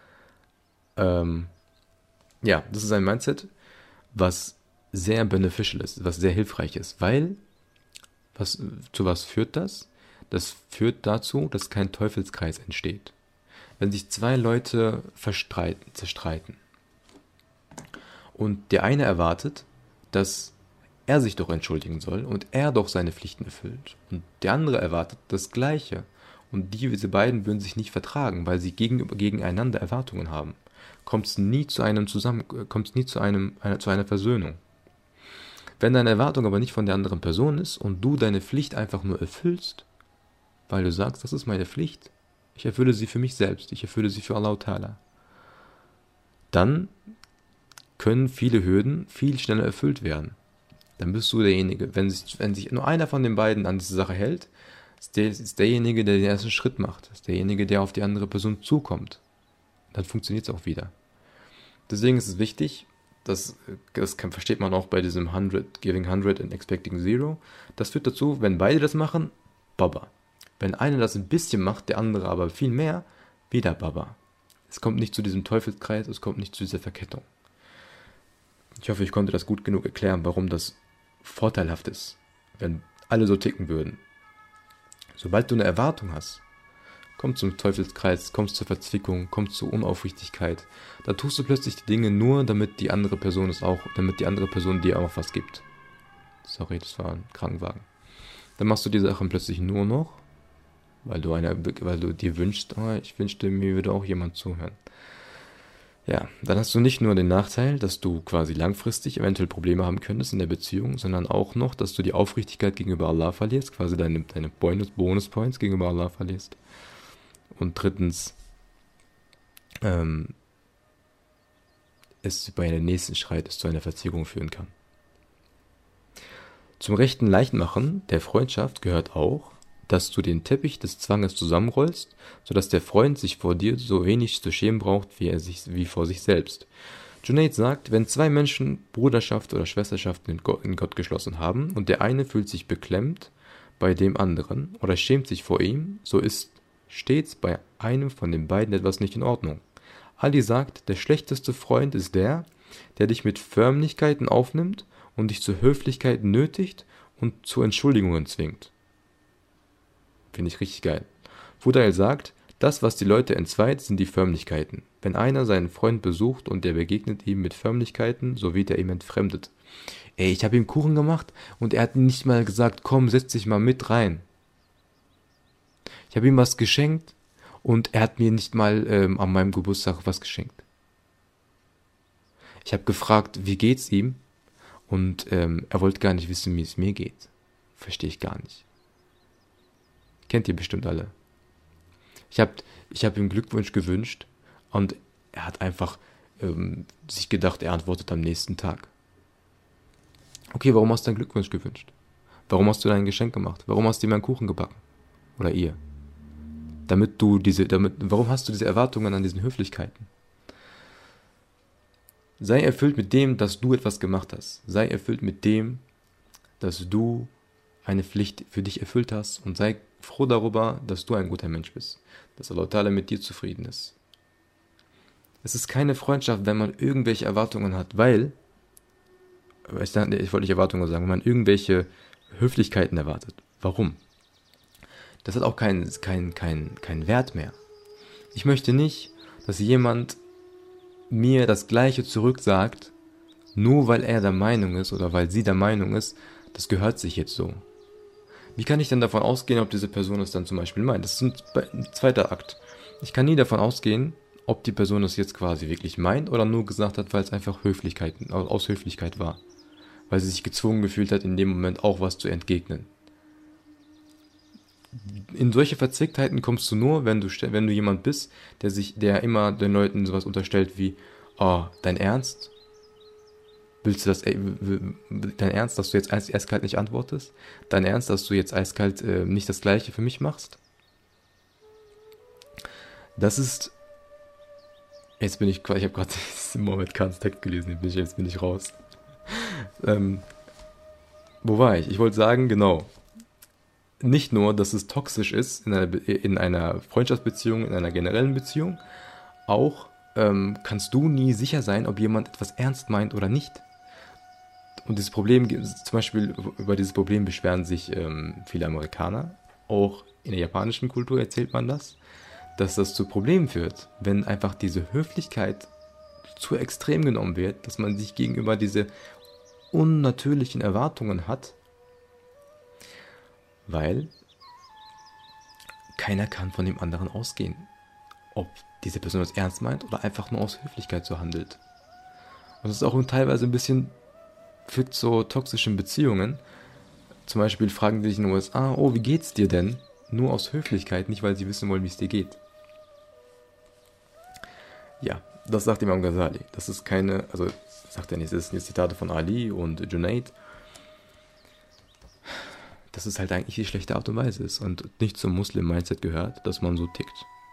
Ja, das ist ein Mindset, was sehr beneficial ist, was sehr hilfreich ist, weil Zu was führt das? Das führt dazu, dass kein Teufelskreis entsteht. Wenn sich zwei Leute zerstreiten und der eine erwartet, dass er sich doch entschuldigen soll und er doch seine Pflichten erfüllt und der andere erwartet das Gleiche und diese beiden würden sich nicht vertragen, weil sie gegeneinander Erwartungen haben, kommt es nie zu einer Versöhnung. Wenn deine Erwartung aber nicht von der anderen Person ist und du deine Pflicht einfach nur erfüllst, weil du sagst, das ist meine Pflicht, ich erfülle sie für mich selbst, ich erfülle sie für Allah Ta'ala, dann können viele Hürden viel schneller erfüllt werden. Dann bist du derjenige. Wenn sich nur einer von den beiden an diese Sache hält, ist derjenige, der den ersten Schritt macht. Ist derjenige, der auf die andere Person zukommt. Dann funktioniert es auch wieder. Deswegen ist es wichtig, versteht man auch bei diesem Giving 100 and Expecting 0. Das führt dazu, wenn beide das machen, Baba. Wenn einer das ein bisschen macht, der andere aber viel mehr, wieder Baba. Es kommt nicht zu diesem Teufelskreis, es kommt nicht zu dieser Verkettung. Ich hoffe, ich konnte das gut genug erklären, warum das vorteilhaft ist, wenn alle so ticken würden. Sobald du eine Erwartung hast, kommst zum Teufelskreis, kommst zur Verzwickung, kommst zur Unaufrichtigkeit. Da tust du plötzlich die Dinge nur, damit die andere Person dir auch was gibt. Sorry, das war ein Krankenwagen. Dann machst du die Sachen plötzlich nur noch, weil du dir wünschst, ich wünschte, mir würde auch jemand zuhören. Ja, dann hast du nicht nur den Nachteil, dass du quasi langfristig eventuell Probleme haben könntest in der Beziehung, sondern auch noch, dass du die Aufrichtigkeit gegenüber Allah verlierst, quasi deine Bonus-Points gegenüber Allah verlierst. Und drittens, es bei dem nächsten Schritt zu einer Verzögerung führen kann. Zum rechten Leichtmachen der Freundschaft gehört auch, dass du den Teppich des Zwanges zusammenrollst, sodass der Freund sich vor dir so wenig zu schämen braucht, wie vor sich selbst. Junaid sagt, wenn zwei Menschen Bruderschaft oder Schwesterschaft in Gott geschlossen haben und der eine fühlt sich beklemmt bei dem anderen oder schämt sich vor ihm, so ist stets bei einem von den beiden etwas nicht in Ordnung. Ali sagt, der schlechteste Freund ist der dich mit Förmlichkeiten aufnimmt und dich zur Höflichkeit nötigt und zu Entschuldigungen zwingt. Finde ich richtig geil. Fudail sagt, das, was die Leute entzweit, sind die Förmlichkeiten. Wenn einer seinen Freund besucht und der begegnet ihm mit Förmlichkeiten, so wird er ihm entfremdet. Ich habe ihm Kuchen gemacht und er hat nicht mal gesagt, komm, setz dich mal mit rein. Ich habe ihm was geschenkt und er hat mir nicht mal an meinem Geburtstag was geschenkt. Ich habe gefragt, wie geht's ihm? Und er wollte gar nicht wissen, wie es mir geht. Verstehe ich gar nicht. Kennt ihr bestimmt alle. Ich hab ihm Glückwunsch gewünscht und er hat einfach sich gedacht, er antwortet am nächsten Tag. Okay, warum hast du einen Glückwunsch gewünscht? Warum hast du dein Geschenk gemacht? Warum hast du ihm einen Kuchen gebacken? Oder ihr? Warum hast du diese Erwartungen an diesen Höflichkeiten? Sei erfüllt mit dem, dass du etwas gemacht hast. Sei erfüllt mit dem, dass du eine Pflicht für dich erfüllt hast und sei froh darüber, dass du ein guter Mensch bist, dass Allah Ta'ala mit dir zufrieden ist. Es ist keine Freundschaft, wenn man irgendwelche Erwartungen hat, ich wollte nicht Erwartungen sagen, wenn man irgendwelche Höflichkeiten erwartet. Warum? Das hat auch keinen Wert mehr. Ich möchte nicht, dass jemand mir das Gleiche zurücksagt, nur weil er der Meinung ist oder weil sie der Meinung ist, das gehört sich jetzt so. Wie kann ich denn davon ausgehen, ob diese Person es dann zum Beispiel meint? Das ist ein zweiter Akt. Ich kann nie davon ausgehen, ob die Person es jetzt quasi wirklich meint oder nur gesagt hat, weil es einfach aus Höflichkeit war. Weil sie sich gezwungen gefühlt hat, in dem Moment auch was zu entgegnen. In solche Verzwicktheiten kommst du nur, wenn du jemand bist, der immer den Leuten sowas unterstellt wie, dein Ernst? Willst du dein Ernst, dass du jetzt eiskalt nicht antwortest? Dein Ernst, dass du jetzt eiskalt nicht das Gleiche für mich machst? Das ist, ich habe gerade Mohammed Khans Text gelesen, jetzt bin ich raus. Wo war ich? Ich wollte sagen, genau, nicht nur, dass es toxisch ist in einer Freundschaftsbeziehung, in einer generellen Beziehung, auch kannst du nie sicher sein, ob jemand etwas ernst meint oder nicht. Und dieses Problem, zum Beispiel über dieses Problem beschweren sich viele Amerikaner. Auch in der japanischen Kultur erzählt man das, dass das zu Problemen führt, wenn einfach diese Höflichkeit zu extrem genommen wird, dass man sich gegenüber diese unnatürlichen Erwartungen hat, weil keiner kann von dem anderen ausgehen, ob diese Person das ernst meint oder einfach nur aus Höflichkeit so handelt. Und das ist auch teilweise ein bisschen führt zu toxischen Beziehungen. Zum Beispiel fragen die dich in den USA, oh, wie geht's dir denn? Nur aus Höflichkeit, nicht weil sie wissen wollen, wie es dir geht. Ja, das sagt Imam Ghazali. Das ist keine, also sagt er nicht, das sind Zitate von Ali und Junaid. Dass es halt eigentlich die schlechte Art und Weise ist und nicht zum Muslim-Mindset gehört, dass man so tickt.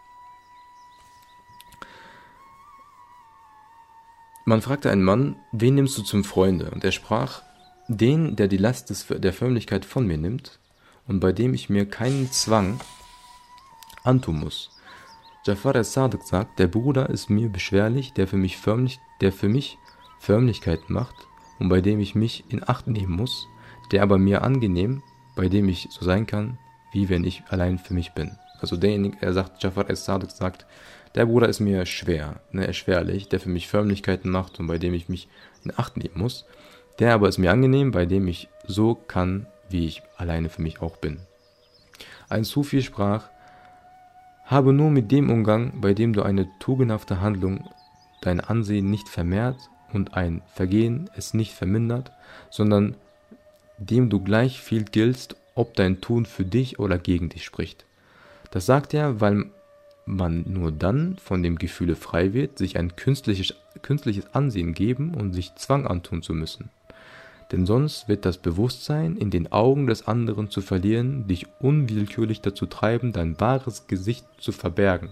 Man fragte einen Mann, wen nimmst du zum Freunde? Und er sprach, den, der die Last der Förmlichkeit von mir nimmt und bei dem ich mir keinen Zwang antun muss. Jafar al-Sadiq sagt, der Bruder ist mir beschwerlich, der für mich Förmlichkeit macht und bei dem ich mich in Acht nehmen muss, der aber mir angenehm, bei dem ich so sein kann, wie wenn ich allein für mich bin. Also derjenige, Jafar al-Sadiq sagt, der Bruder ist mir erschwerlich, der für mich Förmlichkeiten macht und bei dem ich mich in Acht nehmen muss. Der aber ist mir angenehm, bei dem ich so kann, wie ich alleine für mich auch bin. Ein Sufi sprach, habe nur mit dem Umgang, bei dem du eine tugendhafte Handlung dein Ansehen nicht vermehrt und ein Vergehen es nicht vermindert, sondern dem du gleich viel giltst, ob dein Tun für dich oder gegen dich spricht. Das sagt er, weil man nur dann von dem Gefühle frei wird, sich ein künstliches Ansehen geben und sich Zwang antun zu müssen. Denn sonst wird das Bewusstsein, in den Augen des anderen zu verlieren, dich unwillkürlich dazu treiben, dein wahres Gesicht zu verbergen.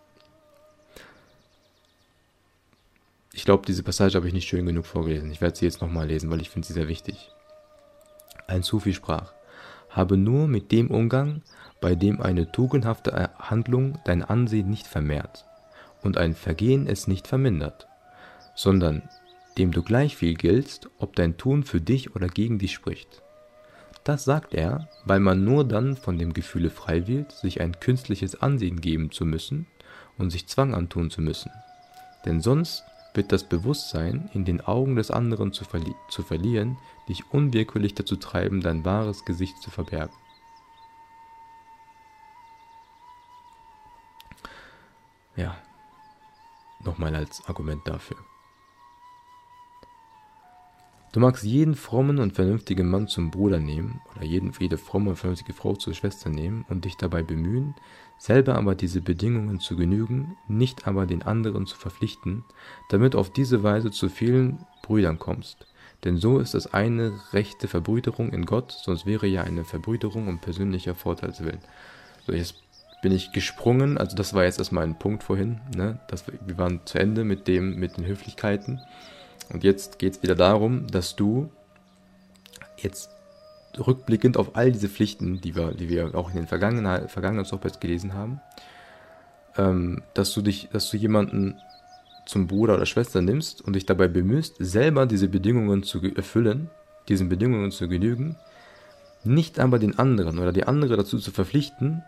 Ich glaube, diese Passage habe ich nicht schön genug vorgelesen. Ich werde sie jetzt nochmal lesen, weil ich finde sie sehr wichtig. Ein Sufi sprach, habe nur mit dem Umgang, bei dem eine tugendhafte Handlung dein Ansehen nicht vermehrt und ein Vergehen es nicht vermindert, sondern dem du gleich viel giltst, ob dein Tun für dich oder gegen dich spricht. Das sagt er, weil man nur dann von dem Gefühle frei wird, sich ein künstliches Ansehen geben zu müssen und sich Zwang antun zu müssen. Denn sonst wird das Bewusstsein, in den Augen des anderen zu verlieren, dich unwillkürlich dazu treiben, dein wahres Gesicht zu verbergen. Ja, nochmal als Argument dafür. Du magst jeden frommen und vernünftigen Mann zum Bruder nehmen oder jede fromme und vernünftige Frau zur Schwester nehmen und dich dabei bemühen, selber aber diese Bedingungen zu genügen, nicht aber den anderen zu verpflichten, damit auf diese Weise zu vielen Brüdern kommst. Denn so ist es eine rechte Verbrüderung in Gott, sonst wäre ja eine Verbrüderung um persönlicher Vorteilswillen. So, jetzt bin ich gesprungen, also das war jetzt erstmal ein Punkt vorhin, ne? Wir waren zu Ende mit den Höflichkeiten. Und jetzt geht es wieder darum, dass du jetzt rückblickend auf all diese Pflichten, die wir auch in den vergangenen Sohbets gelesen haben, dass du jemanden zum Bruder oder Schwester nimmst und dich dabei bemühst, selber diese Bedingungen zu erfüllen, diesen Bedingungen zu genügen, nicht aber den anderen oder die andere dazu zu verpflichten,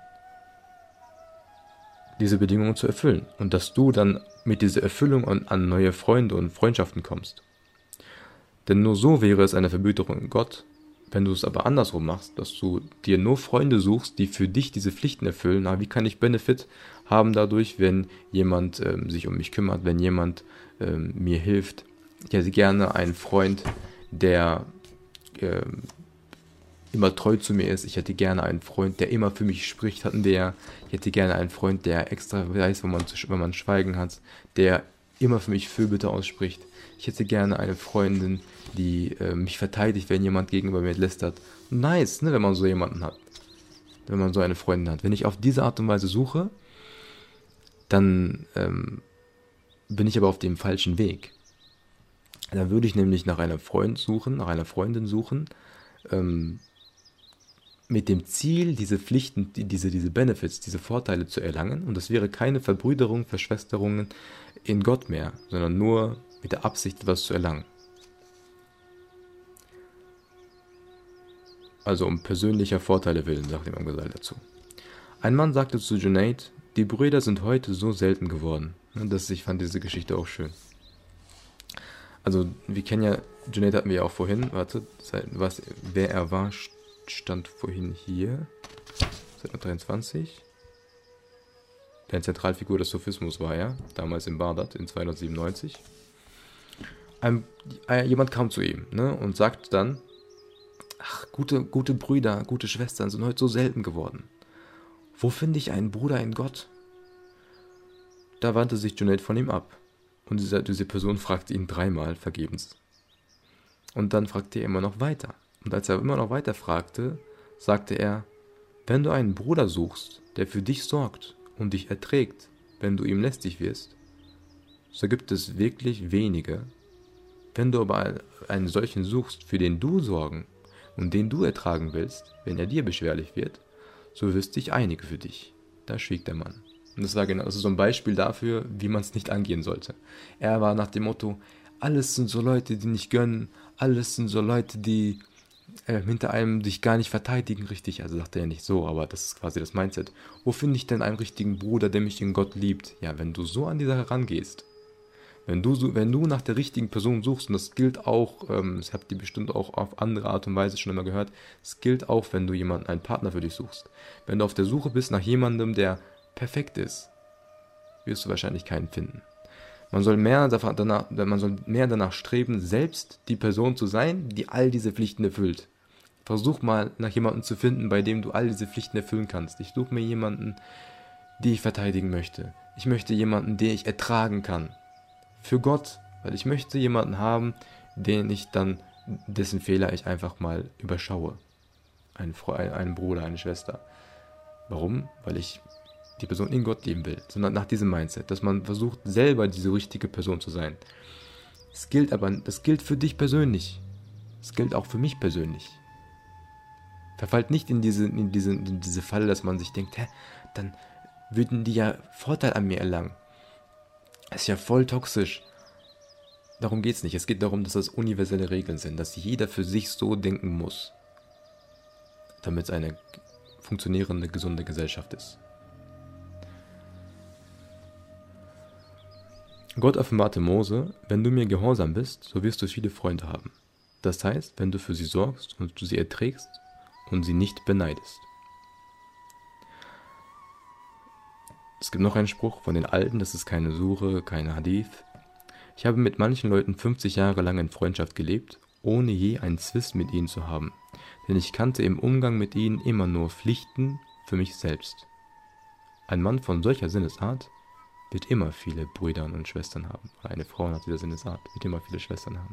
diese Bedingungen zu erfüllen und dass du dann mit dieser Erfüllung an neue Freunde und Freundschaften kommst. Denn nur so wäre es eine Verbüterung in Gott. Wenn du es aber andersrum machst, dass du dir nur Freunde suchst, die für dich diese Pflichten erfüllen, wie kann ich Benefit haben dadurch, wenn jemand sich um mich kümmert, wenn jemand mir hilft? Ich hätte gerne einen Freund, der immer treu zu mir ist. Ich hätte gerne einen Freund, der immer für mich spricht, hatten wir ja. Ich hätte gerne einen Freund, der extra weiß, wenn man Schweigen hat, der immer für mich Fürbitte ausspricht. Ich hätte gerne eine Freundin, die mich verteidigt, wenn jemand gegenüber mir lästert. Nice, ne, wenn man so jemanden hat. Wenn man so eine Freundin hat. Wenn ich auf diese Art und Weise suche, dann bin ich aber auf dem falschen Weg. Dann würde ich nämlich nach einer Freundin suchen, mit dem Ziel, diese Pflichten, diese Benefits, diese Vorteile zu erlangen. Und das wäre keine Verbrüderung, Verschwesterungen in Gott mehr, sondern nur mit der Absicht, etwas zu erlangen. also um persönlicher Vorteile willen, sagt Imam Ghazali dazu. Ein Mann sagte zu Junaid, die Brüder sind heute so selten geworden. Ich fand diese Geschichte auch schön. Also, wir kennen ja, Junaid hatten wir ja auch vorhin, wer er war, stand vorhin hier, Seite 23. Der eine Zentralfigur des Sufismus war er, damals in Bagdad, in 297. Jemand kam zu ihm, ne, und sagte dann, ach, gute Brüder, gute Schwestern sind heute so selten geworden. Wo finde ich einen Bruder in Gott? Da wandte sich Junaid von ihm ab. Und diese Person fragte ihn 3-mal vergebens. Und dann fragte er immer noch weiter. Und als er immer noch weiter fragte, sagte er, wenn du einen Bruder suchst, der für dich sorgt und dich erträgt, wenn du ihm lästig wirst, so gibt es wirklich wenige. Wenn du aber einen solchen suchst, für den du sorgen und den du ertragen willst, wenn er dir beschwerlich wird, so wüsste ich einige für dich. Da schwieg der Mann. Und das war genau, so ein Beispiel dafür, wie man es nicht angehen sollte. Er war nach dem Motto, alles sind so Leute, die nicht gönnen, alles sind so Leute, die hinter einem sich gar nicht verteidigen, richtig. Also sagte er nicht so, aber das ist quasi das Mindset. Wo finde ich denn einen richtigen Bruder, der mich in Gott liebt? Ja, wenn du so an die Sache rangehst, wenn du nach der richtigen Person suchst, und das gilt auch, das habt ihr bestimmt auch auf andere Art und Weise schon immer gehört, es gilt auch, wenn du einen Partner für dich suchst. Wenn du auf der Suche bist nach jemandem, der perfekt ist, wirst du wahrscheinlich keinen finden. Man soll mehr danach streben, selbst die Person zu sein, die all diese Pflichten erfüllt. Versuch mal nach jemandem zu finden, bei dem du all diese Pflichten erfüllen kannst. Ich suche mir jemanden, den ich verteidigen möchte. Ich möchte jemanden, den ich ertragen kann. Für Gott, weil ich möchte jemanden haben, dessen Fehler ich einfach mal überschaue. Einen Bruder, eine Schwester. Warum? Weil ich die Person in Gott lieben will, sondern nach diesem Mindset, dass man versucht, selber diese richtige Person zu sein. Das gilt für dich persönlich. Es gilt auch für mich persönlich. Verfallt nicht in diese Falle, dass man sich denkt, dann würden die ja Vorteil an mir erlangen. Das ist ja voll toxisch. Darum geht es nicht. Es geht darum, dass das universelle Regeln sind, dass jeder für sich so denken muss, damit es eine funktionierende, gesunde Gesellschaft ist. Gott offenbarte Mose, wenn du mir gehorsam bist, so wirst du viele Freunde haben. Das heißt, wenn du für sie sorgst und du sie erträgst und sie nicht beneidest. Es gibt noch einen Spruch von den Alten, das ist keine Sure, keine Hadith. Ich habe mit manchen Leuten 50 Jahre lang in Freundschaft gelebt, ohne je einen Zwist mit ihnen zu haben, denn ich kannte im Umgang mit ihnen immer nur Pflichten für mich selbst. Ein Mann von solcher Sinnesart wird immer viele Brüder und Schwestern haben. Oder eine Frau nach dieser Sinnesart wird immer viele Schwestern haben.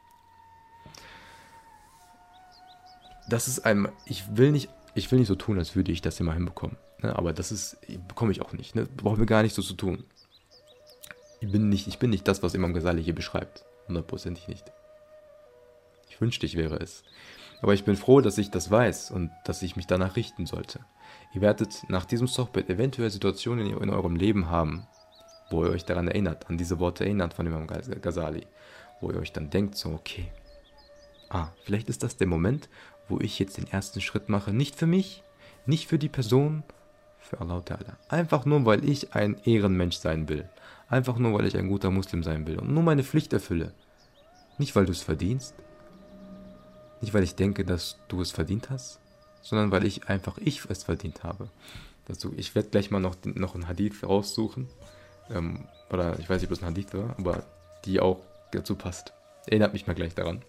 Das ist ich will nicht so tun, als würde ich das immer hinbekommen. Ne? Aber bekomme ich auch nicht. Ne? Brauchen wir gar nicht so zu tun. Ich bin nicht das, was Imam Ghazali hier beschreibt. 100%ig nicht. Ich wünschte, ich wäre es. Aber ich bin froh, dass ich das weiß und dass ich mich danach richten sollte. Ihr werdet nach diesem Sohbet eventuell Situationen in eurem Leben haben, wo ihr euch daran erinnert, an diese Worte erinnert von Imam Ghazali, wo ihr euch dann denkt, so, okay, vielleicht ist das der Moment, wo ich jetzt den ersten Schritt mache, nicht für mich, nicht für die Person, für Allah Ta'ala. Einfach nur, weil ich ein Ehrenmensch sein will. Einfach nur, weil ich ein guter Muslim sein will und nur meine Pflicht erfülle. Nicht, weil du es verdienst, nicht, weil ich denke, dass du es verdient hast, sondern weil ich es verdient habe. Ich werde gleich mal noch einen Hadith raussuchen, oder ich weiß nicht, ob es ein Hadith war, aber die auch dazu passt. Erinnert mich mal gleich daran.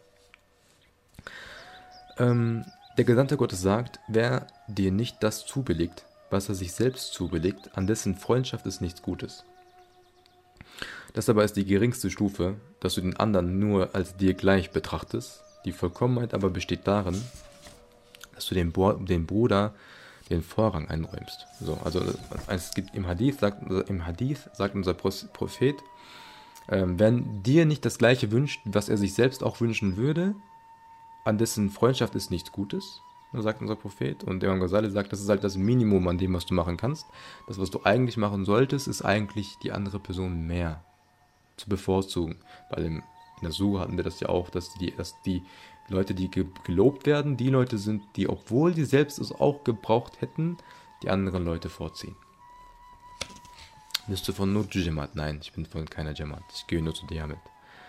Der Gesandte Gottes sagt, wer dir nicht das zubilligt, was er sich selbst zubilligt, an dessen Freundschaft ist nichts Gutes. Das aber ist die geringste Stufe, dass du den anderen nur als dir gleich betrachtest. Die Vollkommenheit aber besteht darin, dass du dem Bruder den Vorrang einräumst. So, also es gibt im Hadith sagt unser Prophet, wenn dir nicht das Gleiche wünscht, was er sich selbst auch wünschen würde, an dessen Freundschaft ist nichts Gutes, sagt unser Prophet. Und Imam Ghazali sagt, das ist halt das Minimum an dem, was du machen kannst. Das, was du eigentlich machen solltest, ist eigentlich die andere Person mehr zu bevorzugen. Weil in der Sura hatten wir das ja auch, dass die Leute, die gelobt werden, die Leute sind, die, obwohl die selbst es auch gebraucht hätten, die anderen Leute vorziehen. Bist du von Nurju Jamaat? Nein, ich bin von keiner Jamaat. Ich gehe nur zu Diamant.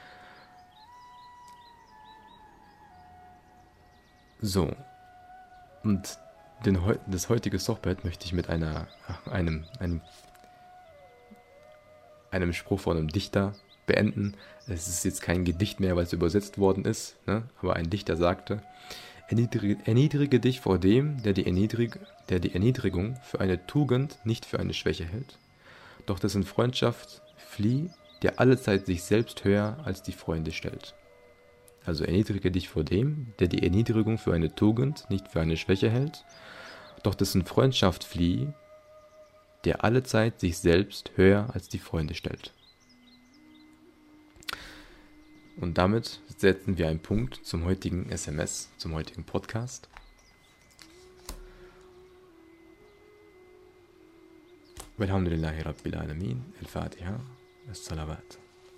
So, und das heutige Sohbet möchte ich mit einem Spruch von einem Dichter beenden. Es ist jetzt kein Gedicht mehr, weil es übersetzt worden ist, ne? Aber ein Dichter sagte: Erniedrige dich vor dem, der die Erniedrigung für eine Tugend, nicht für eine Schwäche hält. Doch dessen Freundschaft flieh, der allezeit sich selbst höher als die Freunde stellt. Also erniedrige dich vor dem, der die Erniedrigung für eine Tugend, nicht für eine Schwäche hält. Doch dessen Freundschaft flieh, der allezeit sich selbst höher als die Freunde stellt. Und damit setzen wir einen Punkt zum heutigen SMS, zum heutigen Podcast. Walhamdulillahi Rabbil Alamin, Al-Fatiha, As-Salawat.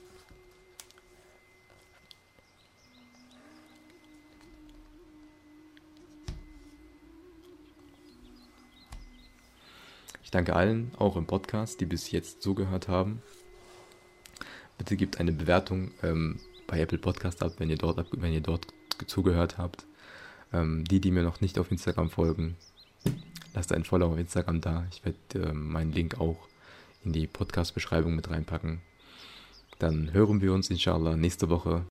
Ich danke allen, auch im Podcast, die bis jetzt zugehört haben. Bitte gebt eine Bewertung bei Apple Podcast ab, wenn ihr dort zugehört habt. Die mir noch nicht auf Instagram folgen, lasst einen Follow auf Instagram da. Ich werde meinen Link auch in die Podcast-Beschreibung mit reinpacken. Dann hören wir uns inshallah nächste Woche